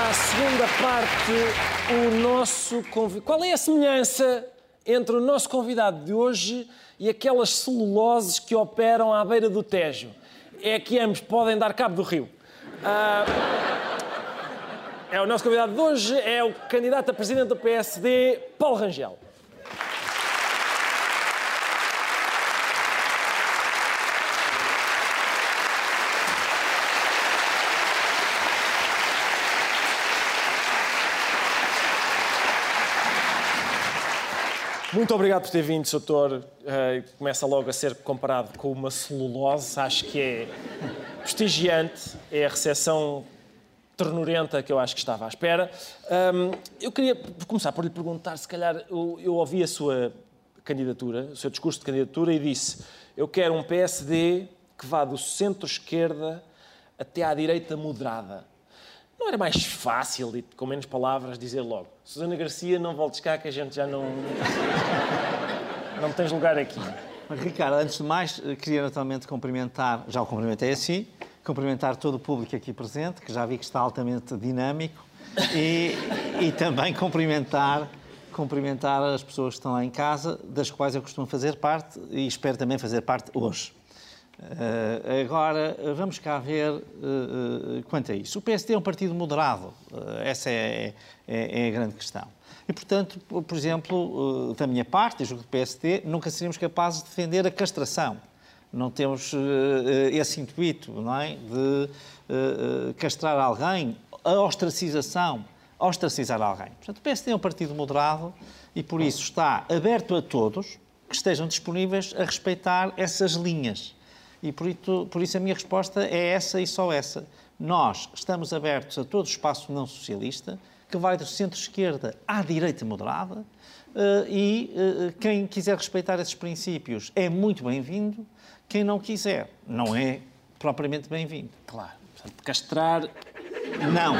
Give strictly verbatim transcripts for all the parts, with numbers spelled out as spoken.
à segunda parte, o nosso convidado. Qual é a semelhança entre o nosso convidado de hoje e aquelas celuloses que operam à beira do Tejo? É que ambos podem dar cabo do rio. Ah, é o nosso convidado de hoje, é o candidato a presidente do P S D, Paulo Rangel. Muito obrigado por ter vindo, doutor. Uh, começa logo a ser comparado com uma celulose. Acho que é prestigiante. É a recepção ternurenta que eu acho que estava à espera. Um, eu queria começar por lhe perguntar, se calhar, eu, eu ouvi a sua candidatura, o seu discurso de candidatura e disse: eu quero um P S D que vá do centro-esquerda até à direita moderada. Não era mais fácil e com menos palavras dizer logo: Susana Garcia, não voltes cá que a gente já não... não tens lugar aqui. Mas, Ricardo, antes de mais, queria naturalmente cumprimentar, já o cumprimentei assim, cumprimentar todo o público aqui presente, que já vi que está altamente dinâmico, e, e também cumprimentar, cumprimentar as pessoas que estão lá em casa, das quais eu costumo fazer parte e espero também fazer parte hoje. Uh, agora, vamos cá ver uh, uh, quanto a isso. O P S D é um partido moderado, uh, essa é, é, é a grande questão. E, portanto, por exemplo, uh, da minha parte, e julgo do P S D, nunca seríamos capazes de defender a castração. Não temos uh, esse intuito, não é? De uh, uh, castrar alguém, a ostracização, ostracizar alguém. Portanto, o P S D é um partido moderado e, por isso, está aberto a todos que estejam disponíveis a respeitar essas linhas. E por isso, por isso a minha resposta é essa e só essa. Nós estamos abertos a todo o espaço não socialista, que vai do centro-esquerda à direita moderada, e quem quiser respeitar esses princípios é muito bem-vindo, quem não quiser não é propriamente bem-vindo. Claro. Portanto, castrar... Não.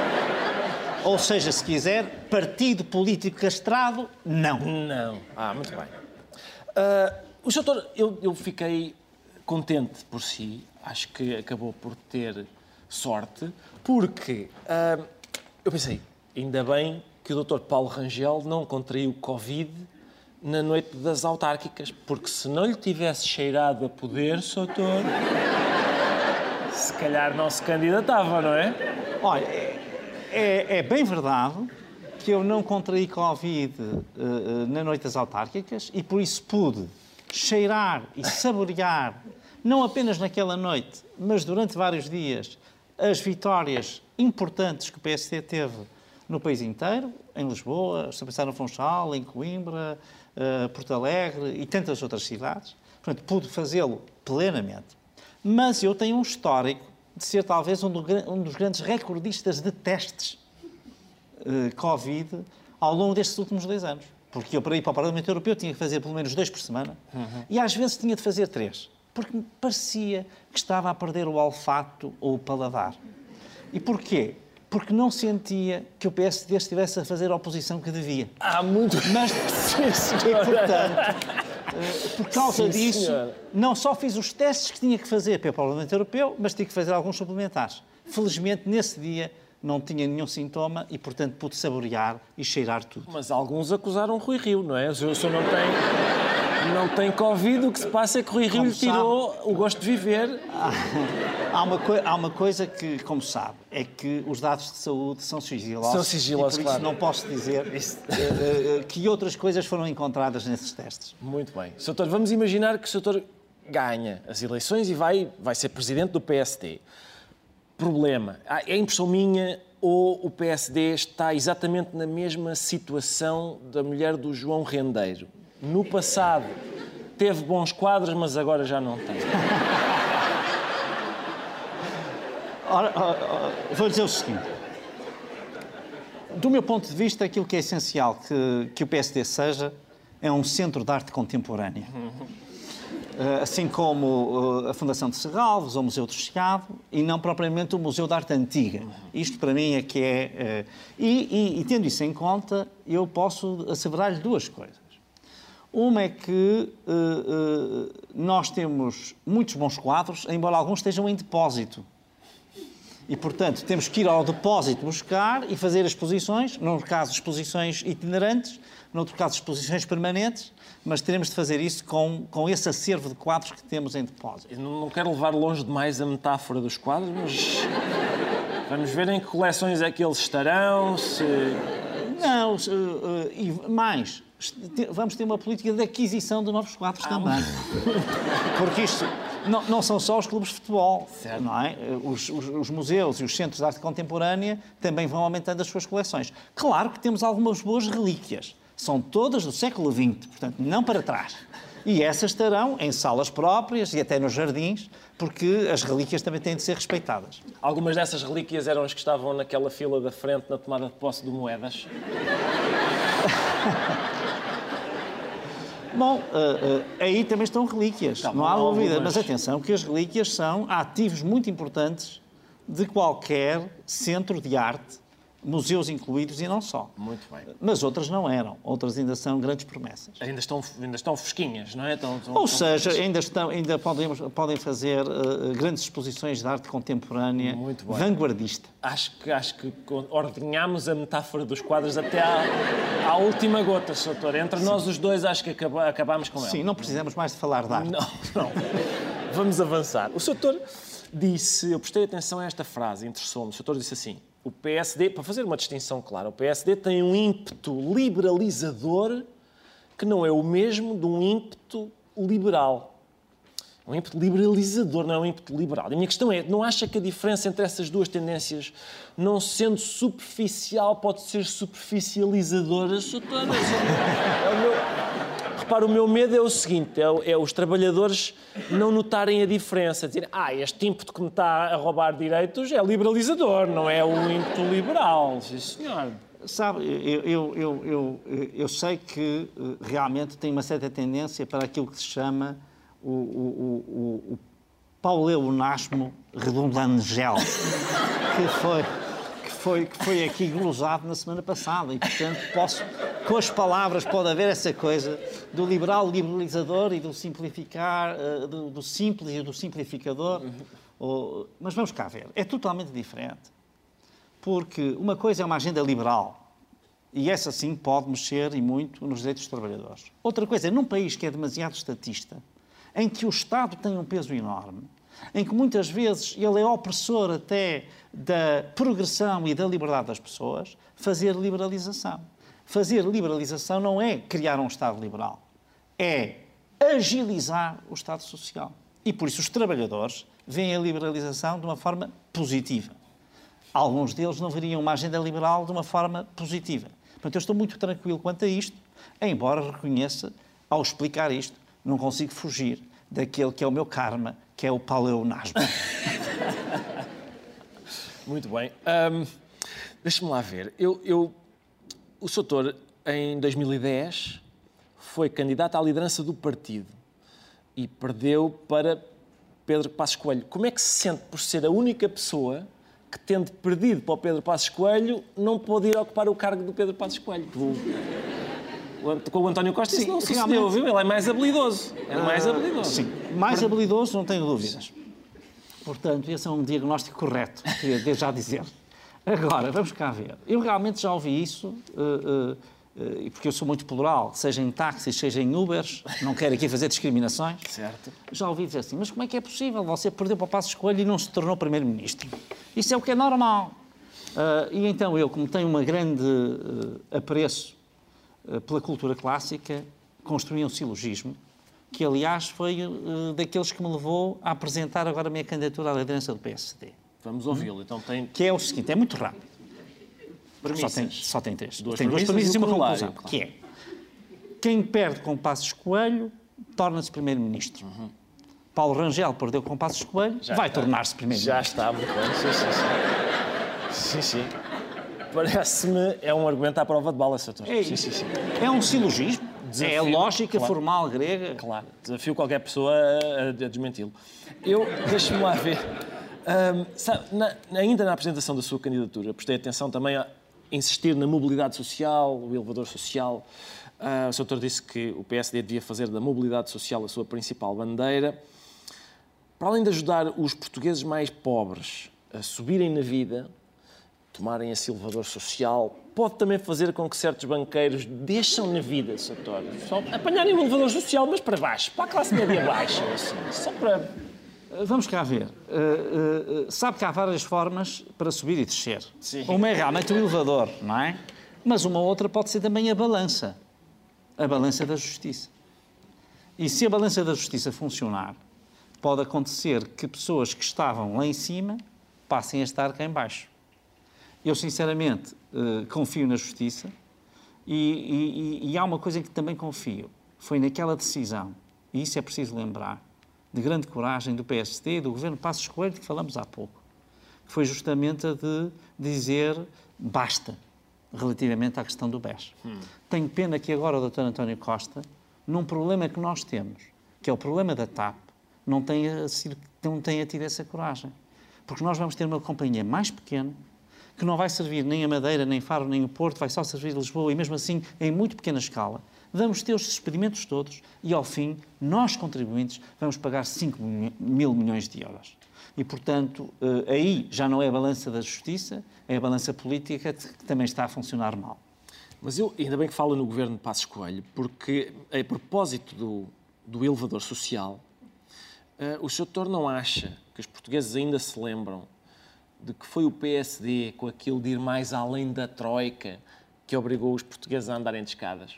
Ou seja, se quiser, partido político castrado, não. Não. Ah, muito bem. Uh, o doutor, eu, eu fiquei... contente por si, acho que acabou por ter sorte, porque uh, eu pensei, ainda bem que o doutor Paulo Rangel não contraiu Covid na noite das autárquicas, porque se não lhe tivesse cheirado a poder, doutor, se calhar não se candidatava, não é? Olha, é, é bem verdade que eu não contraí Covid uh, na noite das autárquicas e por isso pude cheirar e saborear, não apenas naquela noite, mas durante vários dias, as vitórias importantes que o P S D teve no país inteiro, em Lisboa, estou a pensar no Funchal, em Coimbra, uh, Porto Alegre e tantas outras cidades. Portanto, pude fazê-lo plenamente. Mas eu tenho um histórico de ser talvez um, do, um dos grandes recordistas de testes uh, Covid ao longo destes últimos dois anos. Porque eu, para ir para o Parlamento Europeu, tinha que fazer pelo menos dois por semana. Uhum. E às vezes tinha de fazer três. Porque me parecia que estava a perder o olfato ou o paladar. E porquê? Porque não sentia que o P S D estivesse a fazer a oposição que devia. Ah, muito... Mas, e, portanto, por causa Sim, disso, senhora. não só fiz os testes que tinha que fazer para o Parlamento Europeu, mas tinha que fazer alguns suplementares. Felizmente, nesse dia, não tinha nenhum sintoma e, portanto, pude saborear e cheirar tudo. Mas alguns acusaram Rui Rio, não é? O senhor não tem, não tem Covid, o que se passa é que Rui Rio como lhe tirou sabe, o gosto de viver. Há uma, há uma coisa que, como sabe, é que os dados de saúde são sigilosos. São sigilosos, e por claro. isso não posso dizer uh, uh, que outras coisas foram encontradas nesses testes. Muito bem. doutor, vamos imaginar que o doutor ganha as eleições e vai, vai ser presidente do P S D. Problema. É impressão minha ou o P S D está exatamente na mesma situação da mulher do João Rendeiro? No passado teve bons quadros, mas agora já não tem. Ora, ora, ora, vou dizer o seguinte. Do meu ponto de vista, aquilo que é essencial que, que o P S D seja é um centro de arte contemporânea. Assim como a Fundação de Serralves, ou o Museu do Chiado, e não propriamente o Museu de Arte Antiga. Isto, para mim, é que é... E, e, e tendo isso em conta, eu posso asseverar-lhe duas coisas. Uma é que uh, uh, nós temos muitos bons quadros, embora alguns estejam em depósito. E, portanto, temos que ir ao depósito buscar e fazer exposições, num caso exposições itinerantes, noutro caso exposições permanentes, mas teremos de fazer isso com, com esse acervo de quadros que temos em depósito. Eu não quero levar longe demais a metáfora dos quadros, mas vamos ver em que coleções é que eles estarão, se... Não, uh, uh, e mais, vamos ter uma política de aquisição de novos quadros ah, também. Porque isto não, não são só os clubes de futebol, certo. Não é? Os, os, os museus e os centros de arte contemporânea também vão aumentando as suas coleções. Claro que temos algumas boas relíquias. São todas do século vinte, portanto, não para trás. E essas estarão em salas próprias e até nos jardins, porque as relíquias também têm de ser respeitadas. Algumas dessas relíquias eram as que estavam naquela fila da frente na tomada de posse do Moedas. Bom, uh, uh, aí também estão relíquias, tá, não há dúvida. Algumas... Mas atenção que as relíquias são ativos muito importantes de qualquer centro de arte, museus incluídos e não só. Muito bem. Mas outras não eram. Outras ainda são grandes promessas. Ainda estão, ainda estão fresquinhas, não é? Estão, estão, Ou estão seja, ainda, estão, ainda podemos, podem fazer uh, grandes exposições de arte contemporânea vanguardista. Acho que, acho que ordenhámos a metáfora dos quadros até à, à última gota, doutor. Entre Sim. nós os dois, acho que acaba, acabámos com ela. Sim, não precisamos mais de falar de arte. Não, não. Vamos avançar. O doutor disse, eu prestei atenção a esta frase, interessou-me. O doutor disse assim: o P S D, para fazer uma distinção clara, o P S D tem um ímpeto liberalizador que não é o mesmo de um ímpeto liberal. Um ímpeto liberalizador, não é um ímpeto liberal. E a minha questão é, não acha que a diferença entre essas duas tendências, não sendo superficial, pode ser superficializadora? É o meu... Repara, o meu medo é o seguinte, é, é os trabalhadores não notarem a diferença, dizer, ah, este ímpeto que me está a roubar direitos é liberalizador, não é o ímpeto liberal. Sim, senhor. Sabe, eu, eu, eu, eu, eu sei que realmente tem uma certa tendência para aquilo que se chama o, o, o, o pauleonasmo redundangel, que foi... Foi, que foi aqui glosado na semana passada e, portanto, posso, com as palavras pode haver essa coisa do liberal liberalizador e do simplificar, uh, do, do simples e do simplificador. Uhum. Ou, mas vamos cá ver, é totalmente diferente. Porque uma coisa é uma agenda liberal e essa sim pode mexer e muito nos direitos dos trabalhadores. Outra coisa é, num país que é demasiado estatista, em que o Estado tem um peso enorme, em que muitas vezes ele é opressor até da progressão e da liberdade das pessoas, fazer liberalização. Fazer liberalização não é criar um Estado liberal, é agilizar o Estado social. E por isso os trabalhadores veem a liberalização de uma forma positiva. Alguns deles não veriam uma agenda liberal de uma forma positiva. Portanto, eu estou muito tranquilo quanto a isto, embora reconheça, ao explicar isto, não consigo fugir daquele que é o meu karma, que é o paleonasmo. Muito bem. Um, Deixa-me lá ver. Eu, eu, o doutor, em dois mil e dez, foi candidato à liderança do partido e perdeu para Pedro Passos Coelho. Como é que se sente por ser a única pessoa que, tendo perdido para o Pedro Passos Coelho, não pôde ir ocupar o cargo do Pedro Passos Coelho? Com o António Costa, isso não sucedeu, viu? Ele é mais habilidoso. É mais habilidoso. Sim, mais habilidoso, não tenho dúvidas. Portanto, esse é um diagnóstico correto, queria já dizer. Agora, vamos cá ver. Eu realmente já ouvi isso, uh, uh, uh, porque eu sou muito plural, seja em táxis, seja em Ubers, não quero aqui fazer discriminações. Certo. Já ouvi dizer assim, mas como é que é possível? Você perdeu para o Passos Coelho e não se tornou primeiro-ministro. Isso é o que é normal. Uh, e então eu, como tenho uma grande uh, apreço uh, pela cultura clássica, construí um silogismo, que, aliás, foi uh, daqueles que me levou a apresentar agora a minha candidatura à liderança do P S D. Vamos ouvi-lo. Hum? Então tem... Que é o seguinte, é muito rápido. Premissas. Só tem, só tem três. Duas tem duas premissas e uma conclusão. Claro. Que é, quem perde com Passos Coelho torna-se primeiro-ministro. Uhum. Paulo Rangel perdeu com Passos Coelho, já vai tornar-se primeiro-ministro. Já está, muito bem. Sim, sim, sim. sim, sim. Parece-me é um argumento à prova de bala, doutor. É, sim, sim, sim. É um silogismo. Desafio, é a lógica claro, formal grega. Claro, desafio qualquer pessoa a, a desmenti-lo. Eu, deixe-me lá ver, um, sabe, na, ainda na apresentação da sua candidatura, prestei atenção também a insistir na mobilidade social, o elevador social. Uh, o senhor doutor disse que o P S D devia fazer da mobilidade social a sua principal bandeira. Para além de ajudar os portugueses mais pobres, a subirem na vida, tomarem esse elevador social, pode também fazer com que certos banqueiros deixam na vida, Sr. Doutor, só apanharem um elevador social, mas para baixo, para a classe média baixa, assim, só para... Vamos cá ver. Uh, uh, sabe que há várias formas para subir e descer. Sim. Uma é realmente o elevador, não é? Mas uma outra pode ser também a balança. A balança da justiça. E se a balança da justiça funcionar, pode acontecer que pessoas que estavam lá em cima passem a estar cá em baixo. Eu, sinceramente, uh, confio na justiça e, e, e há uma coisa em que também confio. Foi naquela decisão, e isso é preciso lembrar, de grande coragem do P S D, do governo Passos Coelho, de que falamos há pouco, que foi justamente a de dizer basta, relativamente à questão do B E S. Hum. Tenho pena que agora o doutor António Costa, num problema que nós temos, que é o problema da T A P, não tenha, não tenha tido essa coragem. Porque nós vamos ter uma companhia mais pequena, que não vai servir nem a Madeira, nem Faro, nem o Porto, vai só servir Lisboa e mesmo assim em muito pequena escala. Vamos ter os despedimentos todos e, ao fim, nós, contribuintes, vamos pagar cinco mil milhões de euros. E, portanto, aí já não é a balança da justiça, é a balança política que também está a funcionar mal. Mas eu, ainda bem que falo no governo de Passos Coelho, porque, a propósito do, do elevador social, uh, o senhor doutor não acha que os portugueses ainda se lembram de que foi o P S D, com aquilo de ir mais além da troika, que obrigou os portugueses a andarem de escadas?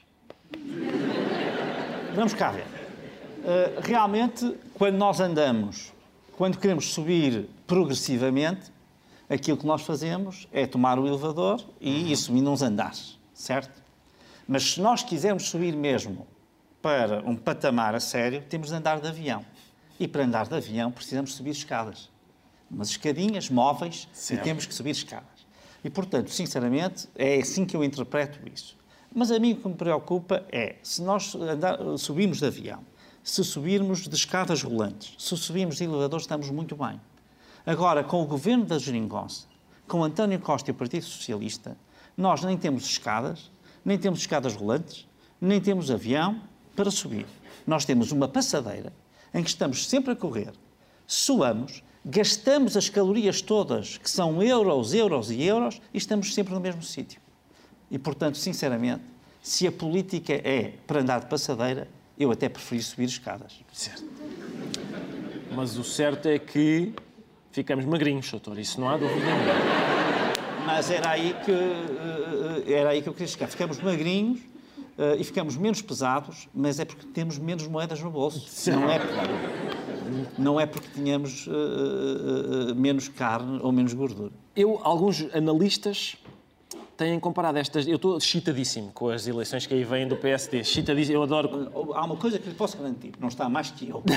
Vamos cá ver. Uh, realmente, quando nós andamos, quando queremos subir progressivamente, aquilo que nós fazemos é tomar o elevador e ir subindo uns andares, certo? Mas se nós quisermos subir mesmo para um patamar a sério, temos de andar de avião. E para andar de avião precisamos subir escadas. Umas escadinhas móveis, certo, e temos que subir escadas. E, portanto, sinceramente, é assim que eu interpreto isso. Mas a mim o que me preocupa é, se nós andar, subirmos de avião, se subirmos de escadas rolantes, se subirmos de elevadores, estamos muito bem. Agora, com o governo da Geringonça, com António Costa e o Partido Socialista, nós nem temos escadas, nem temos escadas rolantes, nem temos avião para subir. Nós temos uma passadeira em que estamos sempre a correr, suamos, gastamos as calorias todas, que são euros, euros e euros, e estamos sempre no mesmo sítio. E, portanto, sinceramente, se a política é para andar de passadeira, eu até preferi subir escadas. Certo. Mas o certo é que ficamos magrinhos, doutor, isso não há dúvida nenhuma. Mas era aí que, era aí que eu queria chegar. Ficamos magrinhos uh, e ficamos menos pesados, mas é porque temos menos moedas no bolso. Certo. Não é porque, não é porque tínhamos uh, uh, menos carne ou menos gordura. Eu, alguns analistas têm comparado estas... Eu estou excitadíssimo com as eleições que aí vêm do P S D. Excitadíssimo, eu adoro... Há uma coisa que lhe posso garantir, não está mais que eu.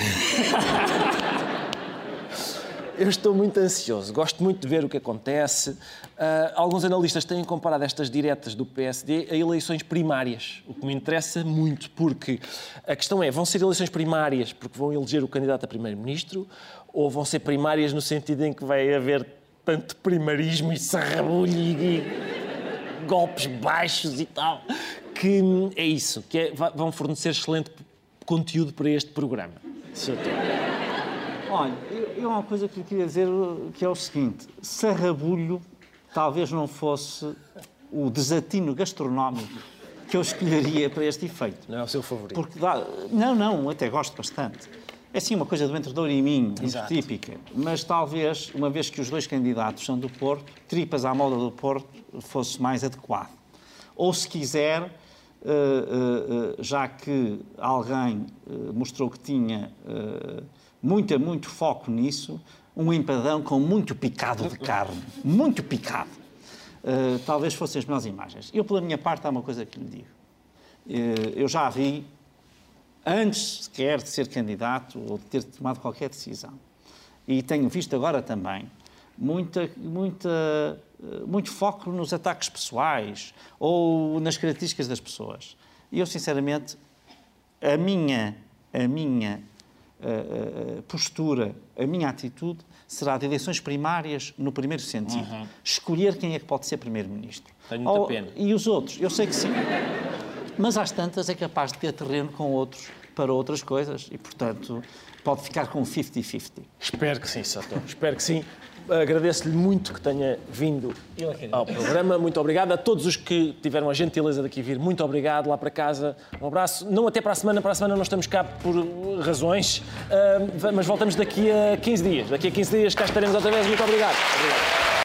Eu estou muito ansioso, gosto muito de ver o que acontece. Uh, alguns analistas têm comparado estas diretas do P S D a eleições primárias, o que me interessa muito, porque a questão é, vão ser eleições primárias porque vão eleger o candidato a primeiro-ministro, ou vão ser primárias no sentido em que vai haver tanto primarismo e sarrabulho e golpes baixos e tal, que é isso, que é, vão fornecer excelente conteúdo para este programa. Olha, eu há uma coisa que lhe queria dizer, que é o seguinte, sarrabulho talvez não fosse o desatino gastronómico que eu escolheria para este efeito. Não é o seu favorito? Porque dá... Não, não, até gosto bastante. É sim uma coisa do Entre Douro e Minho, muito típica, mas talvez, uma vez que os dois candidatos são do Porto, tripas à moda do Porto fosse mais adequado. Ou, se quiser, uh, uh, uh, já que alguém uh, mostrou que tinha uh, muito, muito foco nisso, um empadão com muito picado de carne, muito picado. Uh, talvez fossem as melhores imagens. Eu, pela minha parte, há uma coisa que lhe digo. Uh, eu já vi, antes sequer de ser candidato ou de ter tomado qualquer decisão, e tenho visto agora também, muita, muita, muito foco nos ataques pessoais ou nas características das pessoas. E eu, sinceramente, a minha, a minha uh, postura, a minha atitude será de eleições primárias no primeiro sentido. Uhum. Escolher quem é que pode ser primeiro-ministro. Tenho muita pena. E os outros, eu sei que sim. Mas às tantas é capaz de ter terreno com outros para outras coisas e, portanto, pode ficar com cinquenta cinquenta. Espero que sim, Sator. Espero que sim. Agradeço-lhe muito que tenha vindo ao programa. Muito obrigado. A todos os que tiveram a gentileza de aqui vir, muito obrigado. Lá para casa, um abraço. Não até para a semana. Para a semana não estamos cá por razões, mas voltamos daqui a quinze dias. Daqui a quinze dias cá estaremos outra vez. Muito obrigado. Obrigado.